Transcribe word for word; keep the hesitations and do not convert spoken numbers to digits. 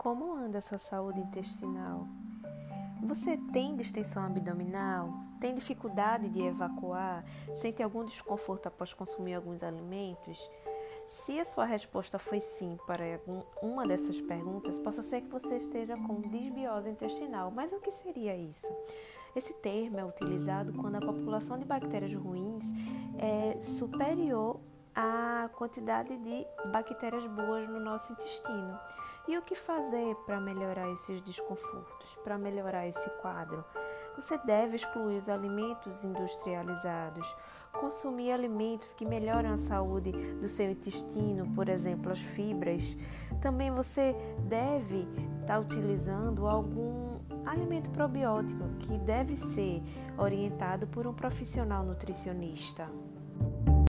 Como anda a sua saúde intestinal? Você tem distensão abdominal? Tem dificuldade de evacuar? Sente algum desconforto após consumir alguns alimentos? Se a sua resposta foi sim para uma dessas perguntas, possa ser que você esteja com disbiose intestinal. Mas o que seria isso? Esse termo é utilizado quando a população de bactérias ruins é superior à quantidade de bactérias boas no nosso intestino. E o que fazer para melhorar esses desconfortos, para melhorar esse quadro? Você deve excluir os alimentos industrializados, consumir alimentos que melhoram a saúde do seu intestino, por exemplo, as fibras. Também você deve estar utilizando algum alimento probiótico que deve ser orientado por um profissional nutricionista.